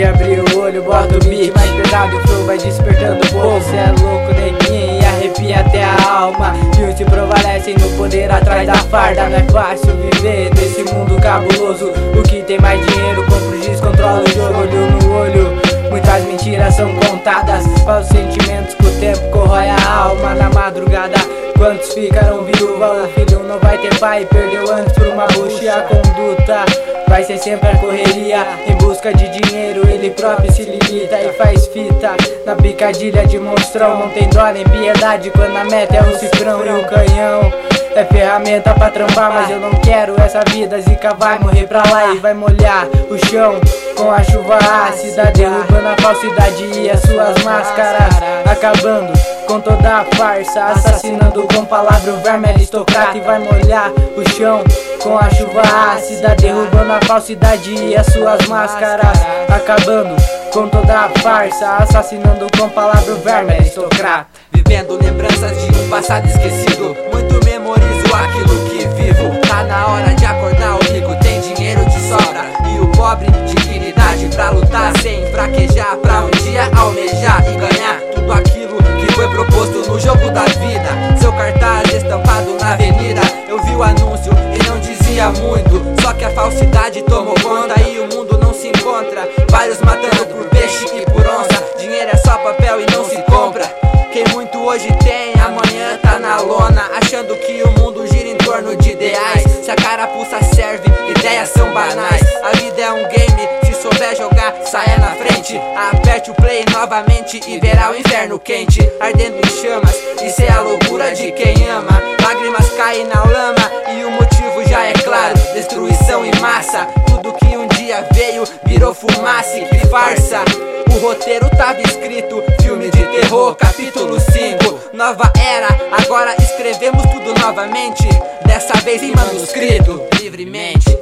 de abrir o olho, bota o beat mais pesado e o flow vai despertando o povo. Cê é louco, neguinho, e arrepia até a alma. E uns se prevalecem no poder atrás da farda. Não é fácil viver nesse mundo cabuloso. O que tem mais dinheiro compra o giz, controla o jogo. Olho no olho, muitas mentiras são contadas. Falsos sentimentos que o tempo corrói a alma. Na madrugada, quantos ficaram viúva? O filho não vai ter pai, perdeu antes por uma bucha. E a conduta vai ser sempre a correria. Em busca de dinheiro, ele próprio se limita e faz fita na picadilha de monstrão. Não tem dó nem piedade quando a meta é o cifrão. E o canhão é ferramenta pra trampar, mas eu não quero essa vida. Zica vai morrer pra lá e vai molhar o chão com a chuva ácida, derrubando a falsidade e as suas máscaras, acabando com toda a farsa, assassinando com palavra o verme aristocrata. E vai molhar o chão com a chuva ácida, derrubando a falsidade e as suas máscaras, acabando com toda a farsa, assassinando com palavra o verme aristocrata. Vivendo lembranças de um passado esquecido, muito memorizo aquilo que vivo. Tá na hora de acordar, o rico tem dinheiro de sobra e o pobre dignidade pra lutar sem fraquejar, pra um dia almejar e ganhar tudo aquilo que foi proposto no jogo da vida. Seu cartaz estampado na avenida, eu vi o anúncio e não dizia muito, só que a falsidade tomou conta e o mundo não se encontra. Vários matando por peixe e por onça, dinheiro é só papel e não se compra. Quem muito hoje tem, amanhã tá na lona, achando que o mundo gira em torno de ideais. Se a carapuça serve, ideias são banais. A vida é um game, se souber jogar, saia na frente. Aperte o play novamente e verá o inferno quente ardendo em chamas, isso é a loucura de quem ama. Lágrimas caem na lama e o motivo já é claro, destruição em massa. Tudo que um dia veio virou fumaça, que farsa. O roteiro tava escrito, filme de terror, capítulo 5. Nova era, agora escrevemos tudo novamente, dessa vez em manuscrito, livremente.